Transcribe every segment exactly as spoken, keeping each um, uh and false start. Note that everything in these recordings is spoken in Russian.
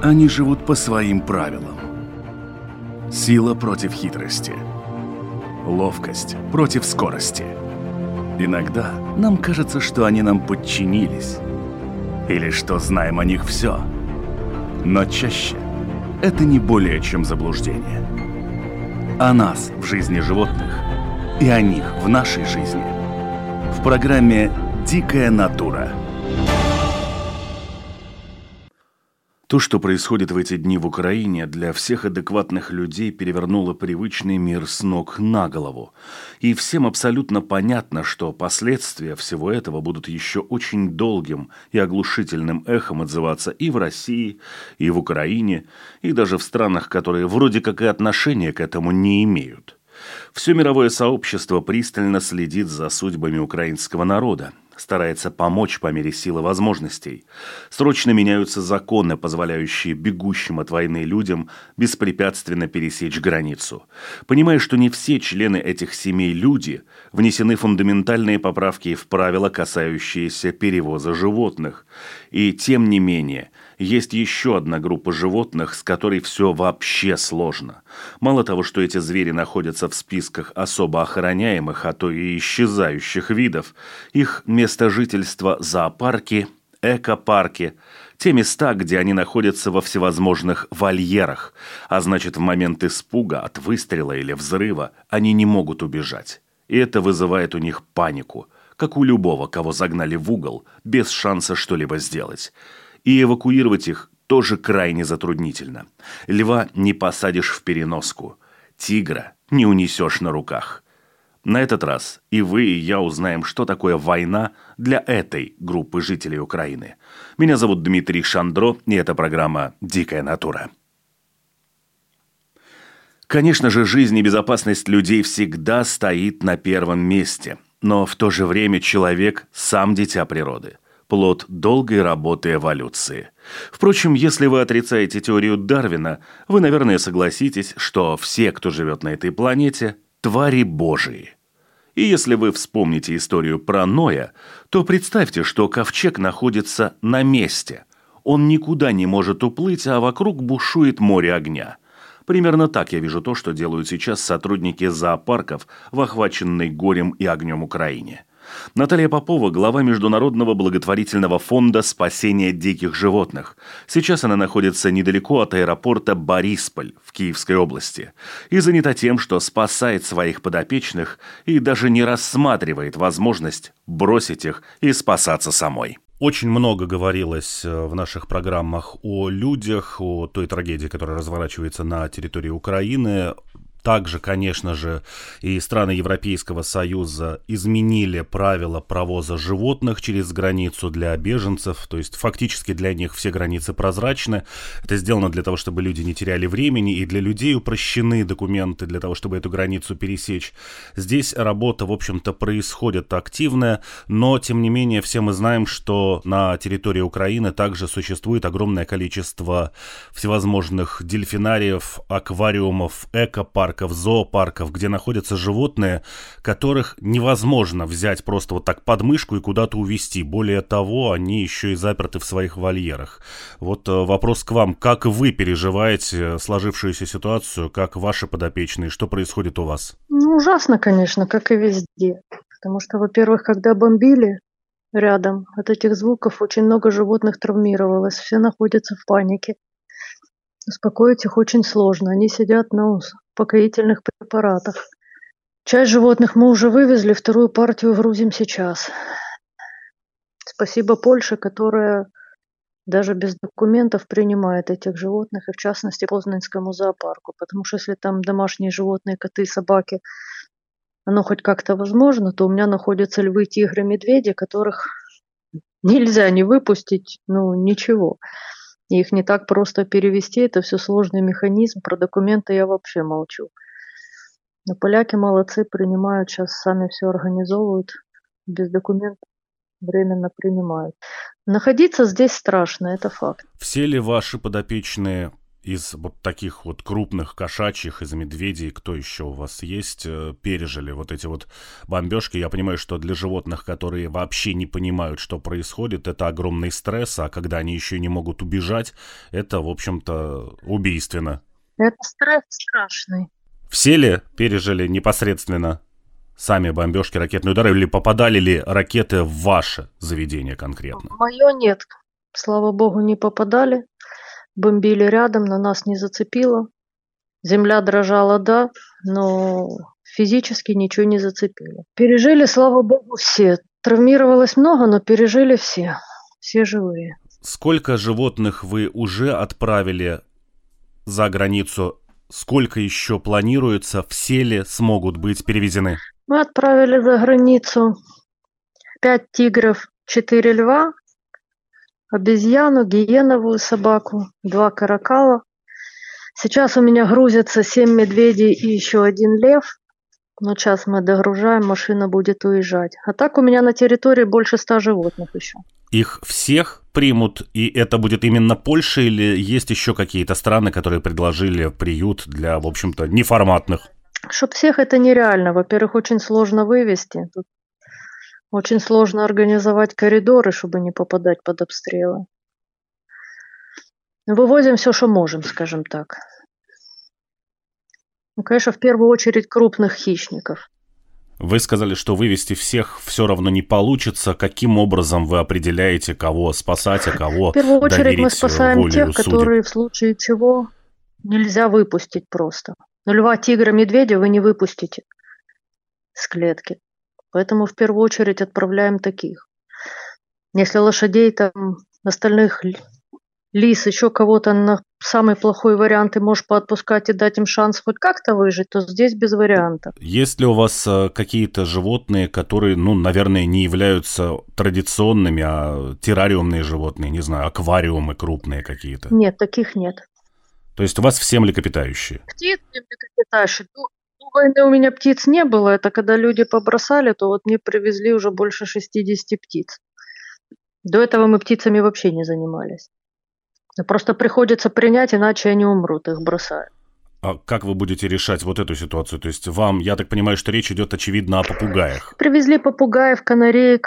Они живут по своим правилам. Сила против хитрости. Ловкость против скорости. Иногда нам кажется, что они нам подчинились. Или что знаем о них все. Но чаще это не более чем заблуждение. О нас в жизни животных и о них в нашей жизни. В программе «Дикая натура». То, что происходит в эти дни в Украине, для всех адекватных людей перевернуло привычный мир с ног на голову. И всем абсолютно понятно, что последствия всего этого будут еще очень долгим и оглушительным эхом отзываться и в России, и в Украине, и даже в странах, которые вроде как и отношения к этому не имеют. Все мировое сообщество пристально следит за судьбами украинского народа, старается помочь по мере силы возможностей. Срочно меняются законы, позволяющие бегущим от войны людям беспрепятственно пересечь границу. Понимая, что не все члены этих семей люди, внесены фундаментальные поправки в правила, касающиеся перевоза животных. И тем не менее, есть еще одна группа животных, с которой все вообще сложно. Мало того, что эти звери находятся в списках особо охраняемых, а то и исчезающих видов, их место жительства – зоопарки, экопарки, те места, где они находятся во всевозможных вольерах, а значит, в момент испуга от выстрела или взрыва они не могут убежать. И это вызывает у них панику, как у любого, кого загнали в угол, без шанса что-либо сделать. И эвакуировать их тоже крайне затруднительно. Льва не посадишь в переноску, тигра не унесешь на руках. На этот раз и вы, и я узнаем, что такое война для этой группы жителей Украины. Меня зовут Дмитрий Шандро, и это программа «Дикая натура». Конечно же, жизнь и безопасность людей всегда стоит на первом месте. Но в то же время человек – сам дитя природы. Плод долгой работы эволюции. Впрочем, если вы отрицаете теорию Дарвина, вы, наверное, согласитесь, что все, кто живет на этой планете, твари Божии. И если вы вспомните историю про Ноя, то представьте, что ковчег находится на месте. Он никуда не может уплыть, а вокруг бушует море огня. Примерно так я вижу то, что делают сейчас сотрудники зоопарков в охваченной горем и огнем Украине. Наталья Попова – глава Международного благотворительного фонда спасения диких животных. Сейчас она находится недалеко от аэропорта Борисполь в Киевской области и занята тем, что спасает своих подопечных и даже не рассматривает возможность бросить их и спасаться самой. Очень много говорилось в наших программах о людях, о той трагедии, которая разворачивается на территории Украины. Также, конечно же, и страны Европейского Союза изменили правила провоза животных через границу для беженцев, то есть фактически для них все границы прозрачны. Это сделано для того, чтобы люди не теряли времени, и для людей упрощены документы для того, чтобы эту границу пересечь. Здесь работа, в общем-то, происходит активная, но, тем не менее, все мы знаем, что на территории Украины также существует огромное количество всевозможных дельфинариев, аквариумов, экопарков, зоопарков, где находятся животные, которых невозможно взять просто вот так под мышку и куда-то увезти. Более того, они еще и заперты в своих вольерах. Вот вопрос к вам. Как вы переживаете сложившуюся ситуацию? Как ваши подопечные? Что происходит у вас? Ну, ужасно, конечно, как и везде. Потому что, во-первых, когда бомбили рядом от этих звуков, очень много животных травмировалось. Все находятся в панике. Успокоить их очень сложно. Они сидят на успокоительных препаратах. Часть животных мы уже вывезли, вторую партию грузим сейчас. Спасибо Польше, которая даже без документов принимает этих животных, и в частности Познанскому зоопарку. Потому что если там домашние животные, коты, собаки, оно хоть как-то возможно, то у меня находятся львы, тигры, медведи, которых нельзя не выпустить, ну ничего. И их не так просто перевести, это все сложный механизм, про документы я вообще молчу. Но поляки молодцы, принимают, сейчас сами все организовывают, без документов временно принимают. Находиться здесь страшно, это факт. Все ли ваши подопечные из вот таких вот крупных кошачьих, из медведей, кто еще у вас есть, пережили вот эти вот бомбежки? Я понимаю, что для животных, которые вообще не понимают, что происходит, это огромный стресс, а когда они еще не могут убежать, это, в общем-то, убийственно. Это стресс страшный. Все ли пережили непосредственно сами бомбежки, ракетные удары, или попадали ли ракеты в ваше заведение конкретно? Мое нет. Слава богу, не попадали. Бомбили рядом, на нас не зацепило. Земля дрожала, да, но физически ничего не зацепило. Пережили, слава богу, все. Травмировалось много, но пережили все. Все живые. Сколько животных вы уже отправили за границу? Сколько еще планируется? Все ли смогут быть перевезены? Мы отправили за границу пять тигров, четыре льва, обезьяну, гиеновую собаку, два каракала. Сейчас у меня грузятся семь медведей и еще один лев. Но сейчас мы догружаем, машина будет уезжать. А так у меня на территории больше ста животных еще. Их всех примут, и это будет именно Польша, или есть еще какие-то страны, которые предложили приют для, в общем-то, неформатных? Чтоб всех это нереально. Во-первых, очень сложно вывести. Тут очень сложно организовать коридоры, чтобы не попадать под обстрелы. Вывозим все, что можем, скажем так. Ну, конечно, в первую очередь крупных хищников. Вы сказали, что вывести всех все равно не получится. Каким образом вы определяете, кого спасать, а кого доверить волю и судеб? В первую очередь мы спасаем тех, которые в случае чего нельзя выпустить просто. Но льва, тигра, медведя вы не выпустите с клетки. Поэтому в первую очередь отправляем таких. Если лошадей, там, остальных лис, еще кого-то на самый плохой вариант, ты можешь поотпускать и дать им шанс хоть как-то выжить, то здесь без вариантов. Есть ли у вас э, какие-то животные, которые, ну, наверное, не являются традиционными, а террариумные животные, не знаю, аквариумы крупные какие-то? Нет, таких нет. То есть у вас все млекопитающие? Птицы млекопитающие. До, до войны у меня птиц не было. Это когда люди побросали, то вот мне привезли уже больше шестидесяти птиц. До этого мы птицами вообще не занимались. Просто приходится принять, иначе они умрут, их бросают. А как вы будете решать вот эту ситуацию? То есть вам, я так понимаю, что речь идет, очевидно, о попугаях. Привезли попугаев, канареек,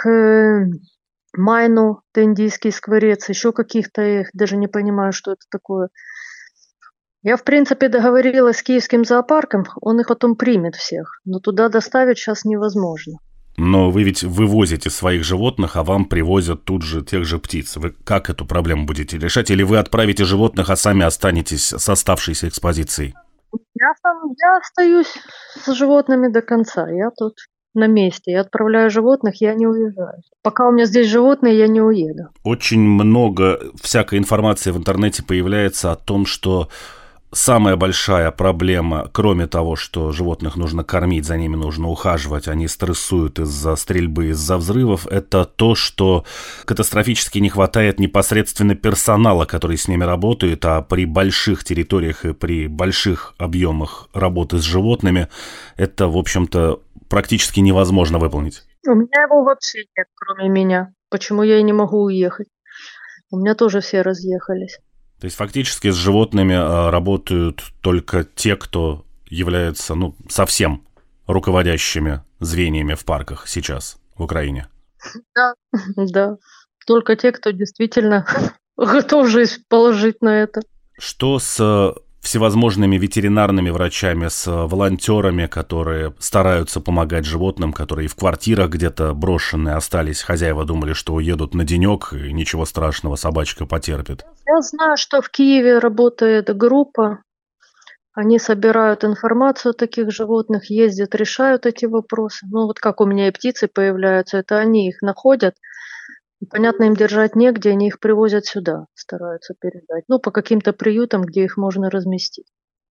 майну, это индийский скворец, еще каких-то, я их даже не понимаю, что это такое. Я, в принципе, договорилась с киевским зоопарком, он их потом примет всех, но туда доставить сейчас невозможно. Но вы ведь вывозите своих животных, а вам привозят тут же тех же птиц. Вы как эту проблему будете решать? Или вы отправите животных, а сами останетесь с оставшейся экспозицией? Я, сам, я остаюсь с животными до конца. Я тут на месте. Я отправляю животных, я не уезжаю. Пока у меня здесь животные, я не уеду. Очень много всякой информации в интернете появляется о том, что самая большая проблема, кроме того, что животных нужно кормить, за ними нужно ухаживать, они стрессуют из-за стрельбы, из-за взрывов, это то, что катастрофически не хватает непосредственно персонала, который с ними работает, а при больших территориях и при больших объемах работы с животными это, в общем-то, практически невозможно выполнить. У меня его вообще нет, кроме меня. Почему я и не могу уехать? У меня тоже все разъехались. То есть фактически с животными а, работают только те, кто является, ну, совсем руководящими звеньями в парках сейчас в Украине. Да, да. Только те, кто действительно готов жизнь положить на это. Что с всевозможными ветеринарными врачами, с волонтерами, которые стараются помогать животным, которые в квартирах где-то брошенные остались, хозяева думали, что уедут на денек, и ничего страшного, собачка потерпит? Я знаю, что в Киеве работает группа, они собирают информацию о таких животных, ездят, решают эти вопросы. Ну вот как у меня и птицы появляются, это они их находят. И, понятно, им держать негде, они их привозят сюда, стараются передать. Ну, по каким-то приютам, где их можно разместить.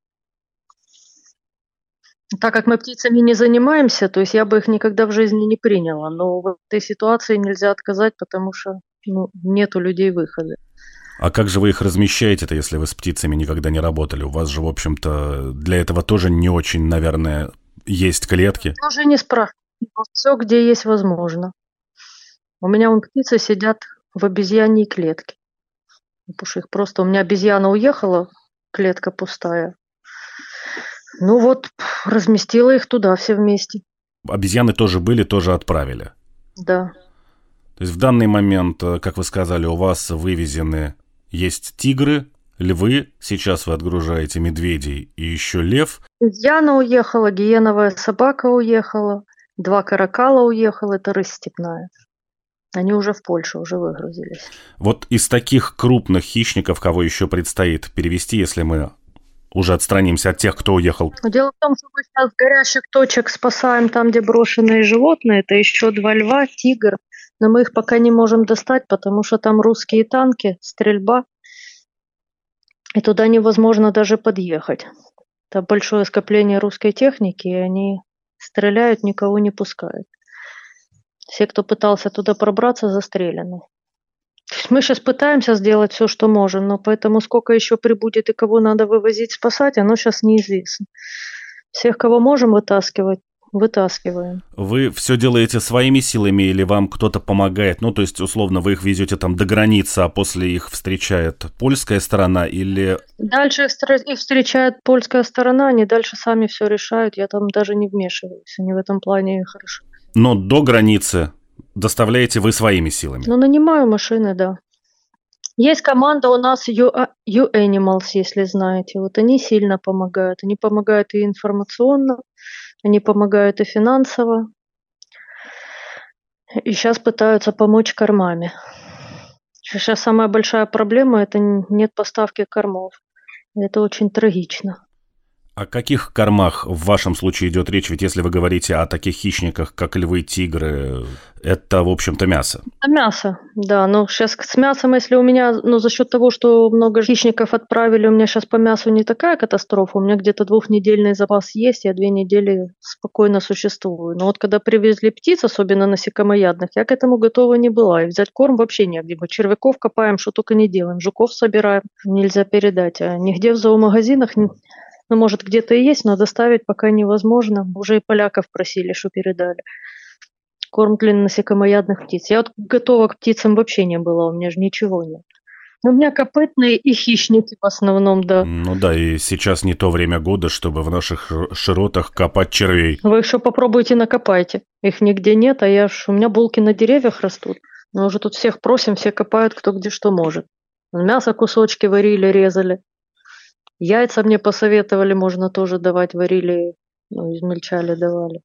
Так как мы птицами не занимаемся, то есть я бы их никогда в жизни не приняла. Но в этой ситуации нельзя отказать, потому что ну, нет у людей выхода. А как же вы их размещаете-то, если вы с птицами никогда не работали? У вас же, в общем-то, для этого тоже не очень, наверное, есть клетки. Тоже не спрашиваю. Все, где есть возможно. У меня вон птицы сидят в обезьяньей клетке. Потому что их просто... У меня обезьяна уехала к клетка пустая. Ну вот, разместила их туда все вместе. Обезьяны тоже были, тоже отправили? Да. То есть в данный момент, как вы сказали, у вас вывезены есть тигры, львы, сейчас вы отгружаете медведей и еще лев. Обезьяна уехала, гиеновая собака уехала, два каракала уехала, это рысь степная. Они уже в Польше, уже выгрузились. Вот из таких крупных хищников, кого еще предстоит перевести, если мы уже отстранимся от тех, кто уехал? Дело в том, что мы сейчас с горящих точек спасаем там, где брошенные животные. Это еще два льва, тигр. Но мы их пока не можем достать, потому что там русские танки, стрельба. И туда невозможно даже подъехать. Там большое скопление русской техники, и они стреляют, никого не пускают. Все, кто пытался туда пробраться, застрелены. Мы сейчас пытаемся сделать все, что можем, но поэтому сколько еще прибудет и кого надо вывозить, спасать, оно сейчас неизвестно. Всех, кого можем вытаскивать, вытаскиваем. Вы все делаете своими силами или вам кто-то помогает? Ну, то есть, условно, вы их везете там до границы, а после их встречает польская сторона или... Дальше их встречает польская сторона, они дальше сами все решают, я там даже не вмешиваюсь, они в этом плане хорошо. Но до границы доставляете вы своими силами? Ну, нанимаю машины, да. Есть команда у нас U-Animals, если знаете. Вот они сильно помогают. Они помогают и информационно, они помогают и финансово. И сейчас пытаются помочь кормами. Сейчас самая большая проблема – это нет поставки кормов. Это очень трагично. О каких кормах в вашем случае идет речь? Ведь если вы говорите о таких хищниках, как львы, тигры, это, в общем-то, мясо. Это мясо, да. Но сейчас с мясом, если у меня, ну, за счет того, что много хищников отправили, у меня сейчас по мясу не такая катастрофа. У меня где-то двухнедельный запас есть, я две недели спокойно существую. Но вот когда привезли птиц, особенно насекомоядных, я к этому готова не была. И взять корм вообще негде. Мы червяков копаем, что только не делаем. Жуков собираем. Нельзя передать. А нигде в зоомагазинах... Ну, может, где-то и есть, но доставить пока невозможно. Уже и поляков просили, что передали. Корм для насекомоядных птиц. Я вот готова к птицам вообще не была, у меня же ничего нет. У меня копытные и хищники в основном, да. Ну да, и сейчас не то время года, чтобы в наших широтах копать червей. Вы еще попробуйте накопайте. Их нигде нет, а я ж... у меня булки на деревьях растут. Мы уже тут всех просим, все копают, кто где что может. Мясо кусочки варили, резали. Яйца мне посоветовали, можно тоже давать, варили, ну, измельчали, давали.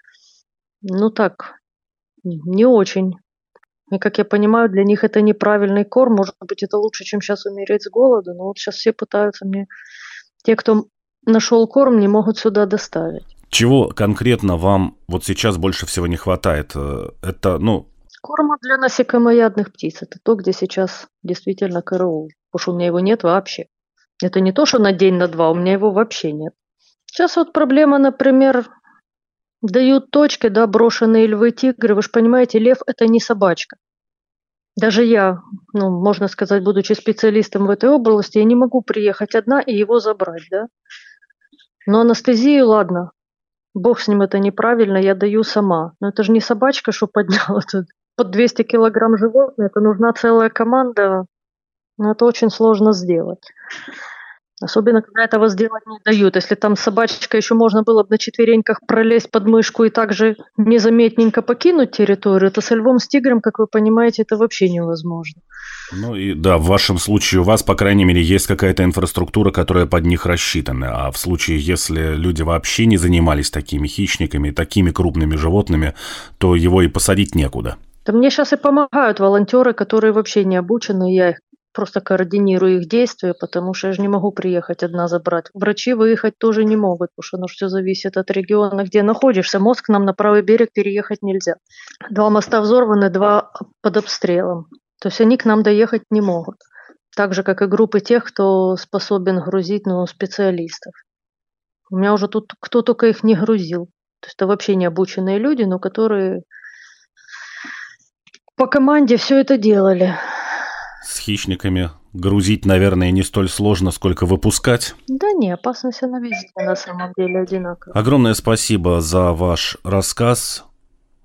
Ну так, не очень. И, как я понимаю, для них это неправильный корм. Может быть, это лучше, чем сейчас умереть с голоду. Но вот сейчас все пытаются мне... Те, кто нашел корм, не могут сюда доставить. Чего конкретно вам вот сейчас больше всего не хватает? Это, ну... Корма для насекомоядных птиц. Это то, где сейчас действительно караул. Потому что у меня его нет вообще. Это не то, что на день, на два, у меня его вообще нет. Сейчас вот проблема, например, дают точки, да, брошенные львы, тигры. Вы же понимаете, лев – это не собачка. Даже я, ну, можно сказать, будучи специалистом в этой области, я не могу приехать одна и его забрать, да. Но анестезию, ладно, бог с ним, это неправильно, я даю сама. Но это же не собачка, что подняла тут под двести килограмм животное, это нужна целая команда. Но это очень сложно сделать. Особенно, когда этого сделать не дают. Если там собачка, еще можно было бы на четвереньках пролезть под мышку и также незаметненько покинуть территорию, то со львом, с тигром, как вы понимаете, это вообще невозможно. Ну и да, в вашем случае у вас, по крайней мере, есть какая-то инфраструктура, которая под них рассчитана. А в случае, если люди вообще не занимались такими хищниками, такими крупными животными, то его и посадить некуда. Да мне сейчас и помогают волонтеры, которые вообще не обучены, я их просто координирую их действия, потому что я же не могу приехать одна забрать. Врачи выехать тоже не могут, потому что оно все зависит от региона, где находишься. Мост к нам на правый берег переехать нельзя. Два моста взорваны, два под обстрелом. То есть они к нам доехать не могут. Так же, как и группы тех, кто способен грузить, ну, специалистов. У меня уже тут кто только их не грузил. То есть это вообще не обученные люди, но которые по команде все это делали. С хищниками грузить, наверное, не столь сложно, сколько выпускать. Да не, опасность она везде на самом деле одинаковая. Огромное спасибо за ваш рассказ.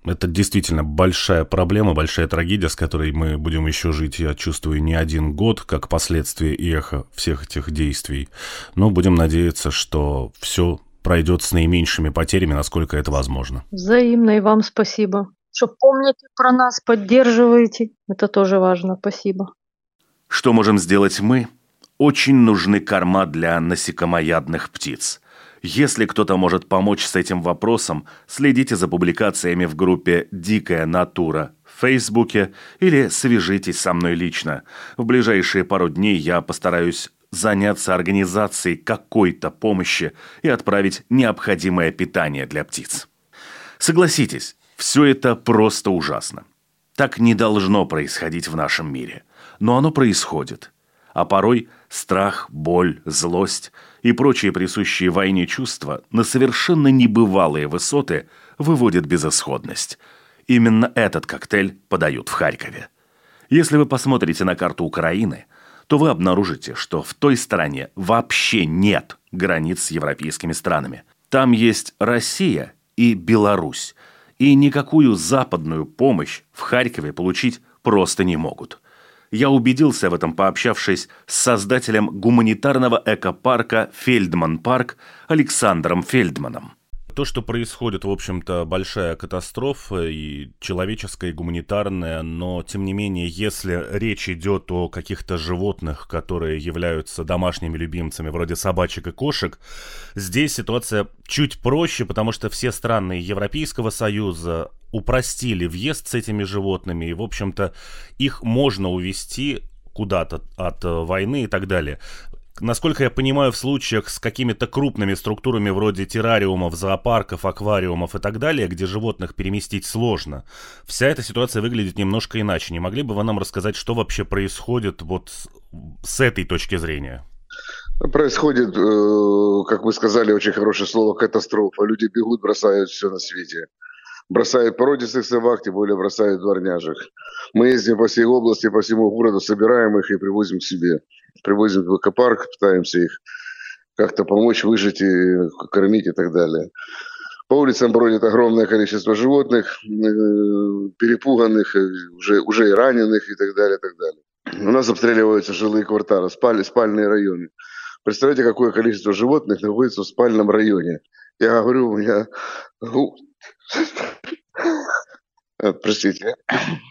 Это действительно большая проблема, большая трагедия, с которой мы будем еще жить, я чувствую, не один год, как последствие и эхо всех этих действий. Но будем надеяться, что все пройдет с наименьшими потерями, насколько это возможно. Взаимно, и вам спасибо. Что помните про нас, поддерживаете. Это тоже важно. Спасибо. Что можем сделать мы? Очень нужны корма для насекомоядных птиц. Если кто-то может помочь с этим вопросом, следите за публикациями в группе «Дикая натура» в Фейсбуке или свяжитесь со мной лично. В ближайшие пару дней я постараюсь заняться организацией какой-то помощи и отправить необходимое питание для птиц. Согласитесь, все это просто ужасно. Так не должно происходить в нашем мире. Но оно происходит. А порой страх, боль, злость и прочие присущие войне чувства на совершенно небывалые высоты выводят безысходность. Именно этот коктейль подают в Харькове. Если вы посмотрите на карту Украины, то вы обнаружите, что в той стороне вообще нет границ с европейскими странами. Там есть Россия и Беларусь, и никакую западную помощь в Харькове получить просто не могут. Я убедился в этом, пообщавшись с создателем гуманитарного экопарка «Фельдман-парк» Александром Фельдманом. То, что происходит, в общем-то, большая катастрофа и человеческая, и гуманитарная, но, тем не менее, если речь идет о каких-то животных, которые являются домашними любимцами, вроде собачек и кошек, здесь ситуация чуть проще, потому что все страны Европейского Союза упростили въезд с этими животными, и, в общем-то, их можно увезти куда-то от войны и так далее. Насколько я понимаю, в случаях с какими-то крупными структурами вроде террариумов, зоопарков, аквариумов и так далее, где животных переместить сложно, вся эта ситуация выглядит немножко иначе. Не могли бы вы нам рассказать, что вообще происходит вот с этой точки зрения? Происходит, как вы сказали, очень хорошее слово, катастрофа. Люди бегут, бросают все на свете. Бросают породистых собак, тем более бросают дворняжек. Мы ездим по всей области, по всему городу, собираем их и привозим к себе. Привозим в экопарк, пытаемся их как-то помочь выжить и кормить и так далее. По улицам бродит огромное количество животных, перепуганных, уже, уже и раненых и так далее, и так далее. У нас обстреливаются жилые кварталы, спаль, спальные районы. Представляете, какое количество животных находится в спальном районе? Я говорю, у меня... Простите.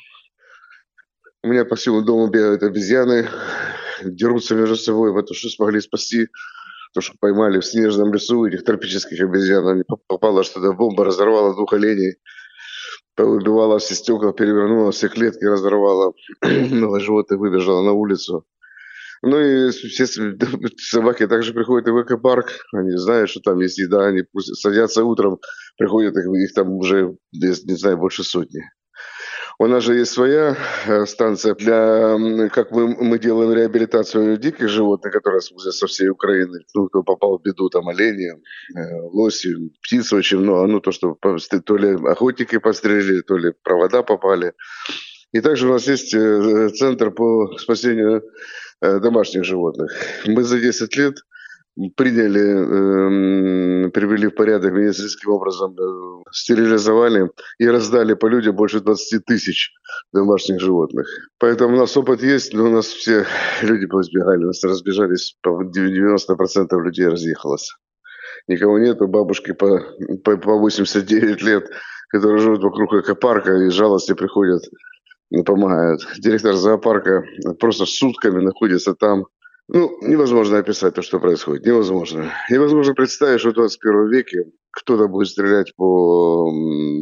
У меня по всему дому бегают обезьяны, дерутся между собой, потому что смогли спасти, то, что поймали в снежном лесу этих тропических обезьян. Попала что-то бомба, разорвала двух оленей, повыбивала все стекла, перевернула все клетки, разорвала. Много животных выбежало на улицу. Ну и все собаки также приходят и в экопарк, они знают, что там есть еда, они садятся утром, приходят, их там уже, не знаю, больше сотни. У нас же есть своя станция, для, как мы, мы делаем реабилитацию диких животных, которые со всей Украины, ну, кто попал в беду, там олени, лоси, птиц очень много, ну то, что то ли охотники пострелили, то ли провода попали. И также у нас есть центр по спасению домашних животных. Мы за десять лет приняли, э, привели в порядок медицинским образом, э, стерилизовали и раздали по людям больше двадцать тысяч домашних животных. Поэтому у нас опыт есть, но у нас все люди поизбегали, у нас разбежались, девяносто процентов людей разъехалось. Никого нету, бабушки по, по, по восемьдесят девять лет, которые живут вокруг экопарка и жалости приходят, помогают. Директор зоопарка просто сутками находится там. Ну, невозможно описать то, что происходит. Невозможно. Невозможно представить, что в двадцать первом веке кто-то будет стрелять по...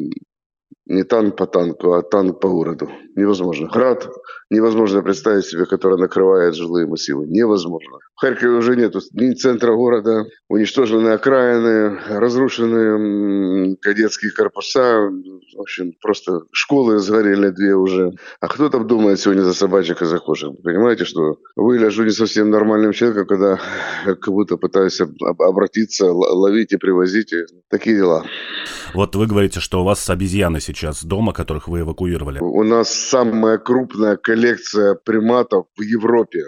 не танк по танку, а танк по городу. Невозможно. Град невозможно представить себе, который накрывает жилые массивы. Невозможно. В Харькове уже нет ни центра города, уничтожены окраины, разрушены кадетские корпуса. В общем, просто школы сгорели две уже. А кто там думает сегодня за собачек и за кошек? Вы понимаете, что выгляжу не совсем нормальным человеком, когда как будто пытаюсь обратиться, ловить и привозить. И такие дела. Вот вы говорите, что у вас обезьяны сейчас дома, которых вы эвакуировали. У нас самая крупная коллекция приматов в Европе.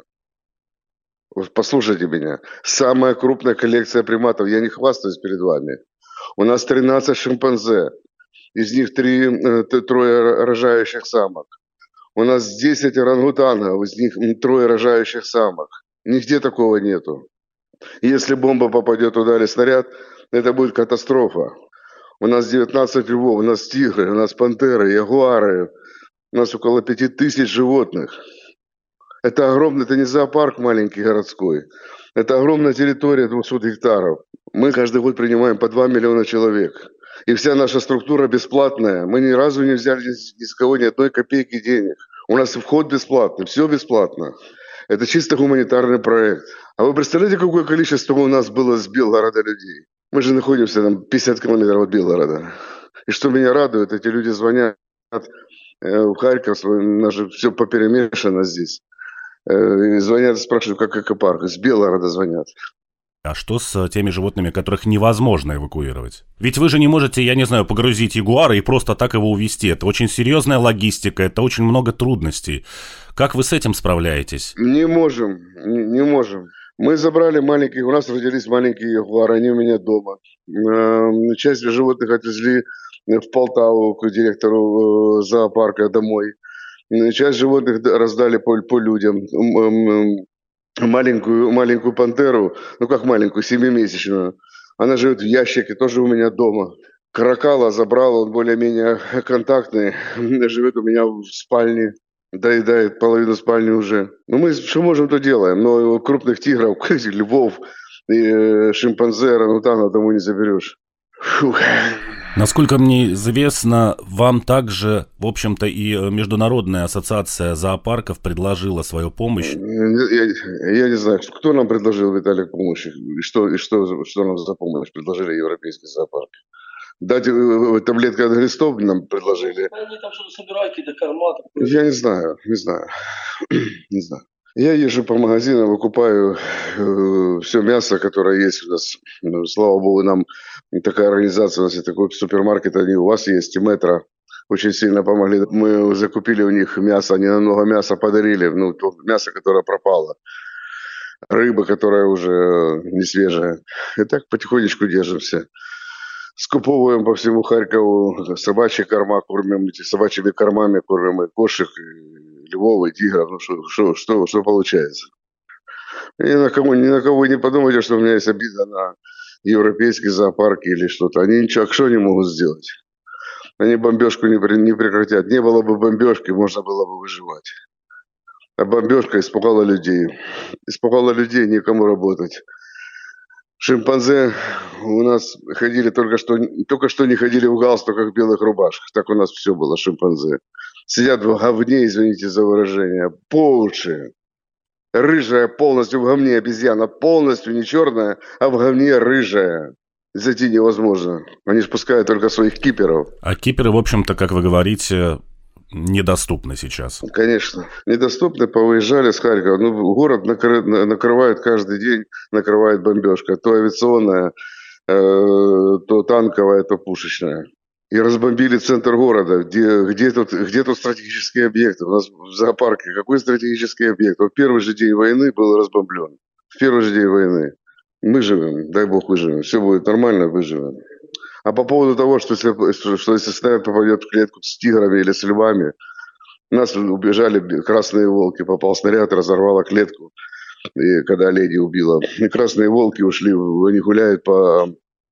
Послушайте меня. Самая крупная коллекция приматов. Я не хвастаюсь перед вами. У нас тринадцать шимпанзе. из них три, э, т- трое рожающих самок. У нас десять орангутангов, из них м, трое рожающих самок. Нигде такого нету. Если бомба попадет туда или снаряд, это будет катастрофа. У нас девятнадцать львов, у нас тигры, у нас пантеры, ягуары. У нас около пяти тысяч животных. Это огромный, это не зоопарк маленький городской. Это огромная территория двухсот гектаров. Мы каждый год принимаем по два миллиона человек. И вся наша структура бесплатная. Мы ни разу не взяли ни с кого ни одной копейки денег. У нас вход бесплатный, все бесплатно. Это чисто гуманитарный проект. А вы представляете, какое количество у нас было с Белгорода людей? Мы же находимся там пятьдесят километров от Белгорода. И что меня радует, эти люди звонят э, в Харьков, у нас же все поперемешано здесь. Э, и звонят, спрашивают, как экопарк. С Белгорода звонят. А что с теми животными, которых невозможно эвакуировать? Ведь вы же не можете, я не знаю, погрузить ягуара и просто так его увезти. Это очень серьезная логистика, это очень много трудностей. Как вы с этим справляетесь? Не можем, не, не можем. Мы забрали маленьких, у нас родились маленькие ягуары, они у меня дома. Э, часть животных отвезли в Полтаву к директору э, зоопарка домой. Часть животных раздали по, по людям. Маленькую, маленькую пантеру, ну как маленькую, семимесячную, она живет в ящике, тоже у меня дома. Каракала забрал, он более-менее контактный, живет у меня в спальне, доедает половину спальни уже. Ну мы что можем, то делаем, но крупных тигров, львов, и шимпанзе, орангутангов домой не заберешь. Фух. Насколько мне известно, вам также, в общем-то, и Международная ассоциация зоопарков предложила свою помощь. Я, я не знаю, кто нам предложил, Виталик, помощь, и что, и что, что нам за помощь предложили европейский зоопарк. Дать э, таблетки от глистов нам предложили. Они там что-то собирают, какие-то корма. Я не знаю, не знаю, не знаю. Я езжу по магазинам, выкупаю э, все мясо, которое есть у нас. Ну, слава богу, нам такая организация, у нас есть такой супермаркет, они у вас есть, и Метро. Очень сильно помогли. Мы закупили у них мясо, они намного мяса подарили, ну, то мясо, которое пропало. Рыба, которая уже не свежая. И так потихонечку держимся. Скуповываем по всему Харькову собачьи корма, кормим эти собачьими кормами, кормим и кошек, и львов, и тигров. Ну что, что, что, что получается? Ни на, кого, ни на кого не подумайте, что у меня есть обида на европейский зоопарк или что-то. Они ничего, что они могут сделать? Они бомбежку не, не прекратят. Не было бы бомбежки, можно было бы выживать. А бомбежка испугала людей. Испугала людей, некому работать. Шимпанзе у нас ходили только что, только что не ходили в галстуках, в белых рубашках. Так у нас все было, шимпанзе. Сидят в говне, извините за выражение, по уши. Рыжая полностью в говне обезьяна, полностью не черная, а в говне рыжая. Зайти невозможно. Они же пускают только своих киперов. А киперы, в общем-то, как вы говорите, недоступны сейчас. Конечно, недоступны, повыезжали с Харькова. Ну, город накры... накрывает каждый день, накрывает бомбежка. То авиационная, э, то танковая, то пушечная. И разбомбили центр города. Где, где, тут, где тут стратегические объекты? У нас в зоопарке какой стратегический объект? Вот первый же день войны был разбомблен. В первый же день войны. Мы живем, дай бог выживем. Все будет нормально, выживем. А по поводу того, что если, что если снаряд попадет в клетку с тиграми или с львами, нас убежали красные волки, попал снаряд, разорвало клетку, и когда оленей убило. И красные волки ушли, они гуляют по,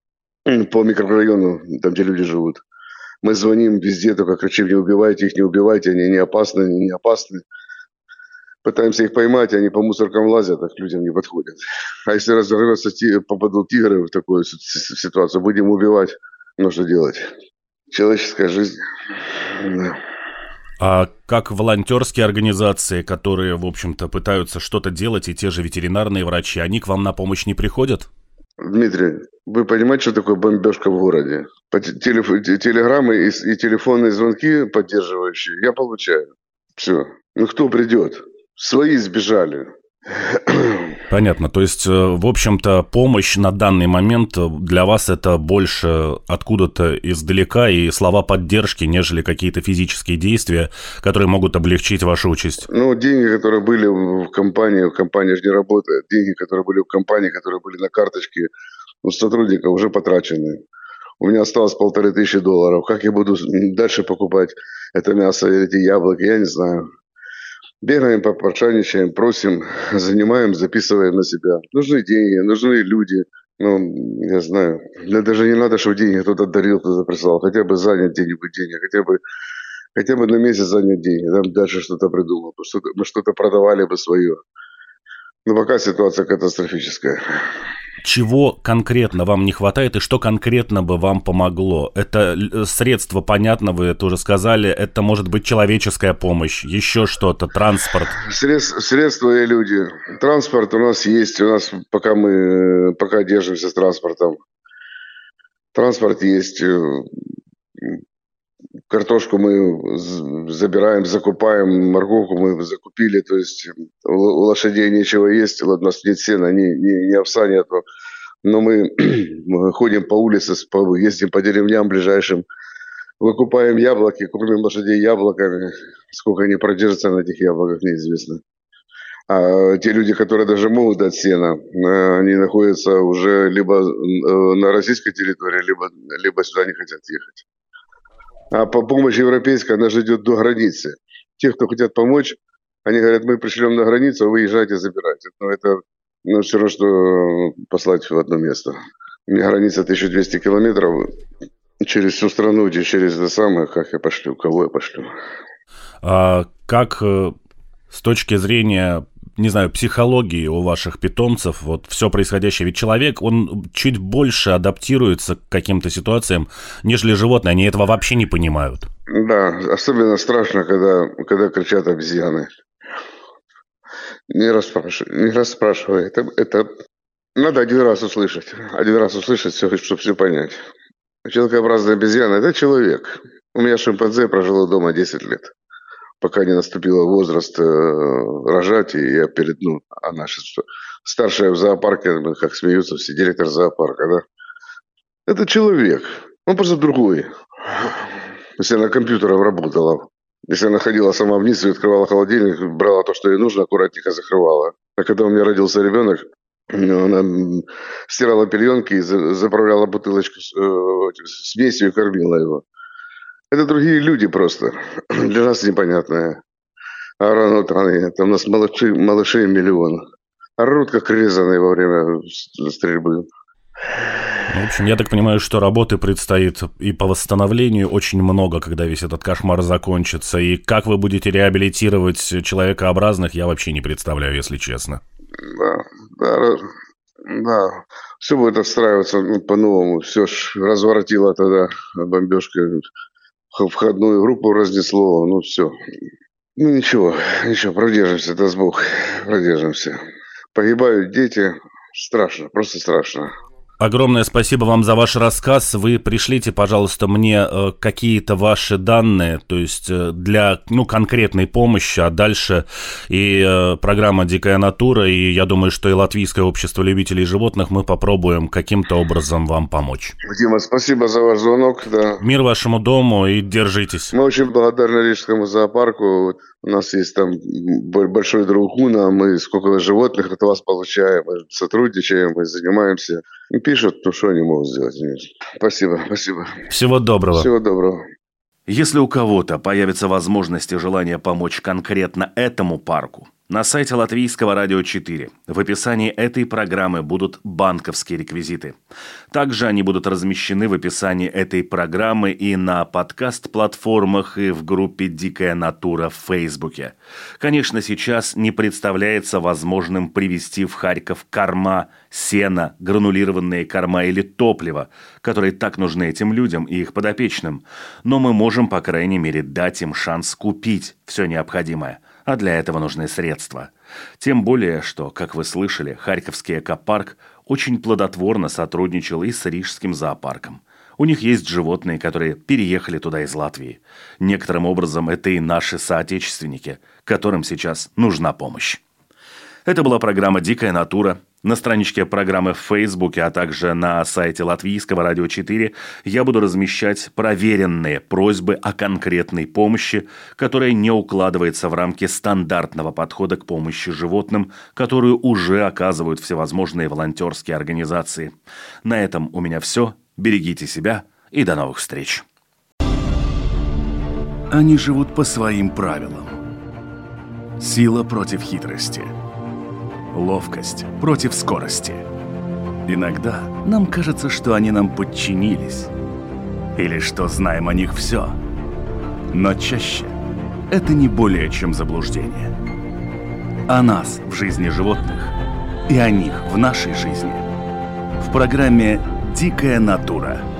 по микрорайону, там, где люди живут. Мы звоним везде, только кричим: не убивайте их, не убивайте, они не опасны, они не опасны. Пытаемся их поймать, они по мусоркам лазят, а к людям не подходят. А если разорвется, попадут тигры в такую ситуацию, будем убивать. Ну что делать? Человеческая жизнь. Да. А как волонтерские организации, которые, в общем-то, пытаются что-то делать, и те же ветеринарные врачи, они к вам на помощь не приходят? Дмитрий, вы понимаете, что такое бомбежка в городе? Телеф... Телеграммы и, и телефонные звонки поддерживающие я получаю. Все. Ну кто придет? Свои сбежали. Понятно. То есть, в общем-то, помощь на данный момент для вас это больше откуда-то издалека и слова поддержки, нежели какие-то физические действия, которые могут облегчить вашу участь. Ну, деньги, которые были в компании, компания же не работает. Деньги, которые были в компании, которые были на карточке у сотрудников, уже потрачены. У меня осталось полторы тысячи долларов. Как я буду дальше покупать это мясо или эти яблоки, я не знаю. Бегаем, попрошайничаем, просим, занимаем, записываем на себя. Нужны деньги, нужны люди. Ну, я знаю, мне даже не надо, чтобы деньги кто-то дарил, кто-то прислал. Хотя бы занять где-нибудь денег, хотя бы, хотя бы на месяц занять деньги. Там дальше что-то придумал, что-то, мы что-то продавали бы свое. Но пока ситуация катастрофическая. Чего конкретно вам не хватает и что конкретно бы вам помогло? Это средства, понятно, вы это уже сказали, это может быть человеческая помощь, еще что-то, транспорт. Средств, средства и люди. Транспорт у нас есть, у нас пока мы пока держимся с транспортом. Транспорт есть, картошку мы забираем, закупаем, морковку мы закупили, то есть у лошадей нечего есть, у нас нет сена, ни, ни, ни овса нету, но мы, мы ходим по улице, ездим по деревням ближайшим, выкупаем яблоки, кормим лошадей яблоками, сколько они продержатся на этих яблоках, неизвестно. А те люди, которые даже могут дать сено, они находятся уже либо на российской территории, либо, либо сюда не хотят ехать. А по помощь европейская, она же идет до границы. Те, кто хотят помочь, они говорят, мы пришлем на границу, а вы езжайте, забирайте. Но это ну, все равно, что послать в одно место. У меня граница тысяча двести километров через всю страну, через это самое, как я пошлю, кого я пошлю. А как с точки зрения, не знаю, психологии у ваших питомцев, вот все происходящее, ведь человек, он чуть больше адаптируется к каким-то ситуациям, нежели животные, они этого вообще не понимают. Да, особенно страшно, когда, когда кричат обезьяны. Не расспрашивай, не расспрашивай, это, это надо один раз услышать, один раз услышать, все, чтобы все понять. Человекообразная обезьяна – это человек. У меня шимпанзе прожило дома десять лет. Пока не наступил возраст э, рожать, и я перед, ну, она сейчас старшая в зоопарке, как смеются все, директор зоопарка, да. Это человек, он просто другой. Если она компьютером работала, если она ходила сама вниз и открывала холодильник, брала то, что ей нужно, аккуратненько закрывала. А когда у меня родился ребенок, она стирала пеленки и заправляла бутылочку с э, смесью и кормила его. Это другие люди просто. Для нас непонятное. Орангутаны. Там у нас малыши, малышей миллион. Орут, как резаные во время стрельбы. В общем, я так понимаю, что работы предстоит и по восстановлению очень много, когда весь этот кошмар закончится. И как вы будете реабилитировать человекообразных, я вообще не представляю, если честно. Да, да, да. Все будет отстраиваться ну, по-новому. Все ж разворотило тогда бомбежка. Входную группу разнесло, ну все. Ну ничего, ничего, продержимся, даст Бог, продержимся. Погибают дети, страшно, просто страшно. Огромное спасибо вам за ваш рассказ. Вы пришлите, пожалуйста, мне э, какие-то ваши данные, то есть э, для ну, конкретной помощи, а дальше и э, программа «Дикая натура», и я думаю, что и Латвийское общество любителей животных, мы попробуем каким-то образом вам помочь. Дима, спасибо за ваш звонок. Да. Мир вашему дому и держитесь. Мы очень благодарны Рижскому зоопарку. У нас есть там большой друг Уна, мы сколько животных от вас получаем, мы сотрудничаем, мы занимаемся. И пишут, ну что они могут сделать. Спасибо, спасибо. Всего доброго. Всего доброго. Если у кого-то появится возможность и желание помочь конкретно этому парку, на сайте Латвийского радио четыре в описании этой программы будут банковские реквизиты. Также они будут размещены в описании этой программы и на подкаст-платформах, и в группе «Дикая натура» в Фейсбуке. Конечно, сейчас не представляется возможным привезти в Харьков корма, сено, гранулированные корма или топливо, которые так нужны этим людям и их подопечным. Но мы можем, по крайней мере, дать им шанс купить все необходимое. А для этого нужны средства. Тем более, что, как вы слышали, Харьковский экопарк очень плодотворно сотрудничал и с Рижским зоопарком. У них есть животные, которые переехали туда из Латвии. Некоторым образом это и наши соотечественники, которым сейчас нужна помощь. Это была программа «Дикая натура». На страничке программы в Фейсбуке, а также на сайте Латвийского радио четыре я буду размещать проверенные просьбы о конкретной помощи, которая не укладывается в рамки стандартного подхода к помощи животным, которую уже оказывают всевозможные волонтерские организации. На этом у меня все. Берегите себя и до новых встреч. Они живут по своим правилам. Сила против хитрости. Ловкость против скорости. Иногда нам кажется, что они нам подчинились. Или что знаем о них все. Но чаще это не более чем заблуждение. О нас в жизни животных и о них в нашей жизни. В программе «Дикая натура».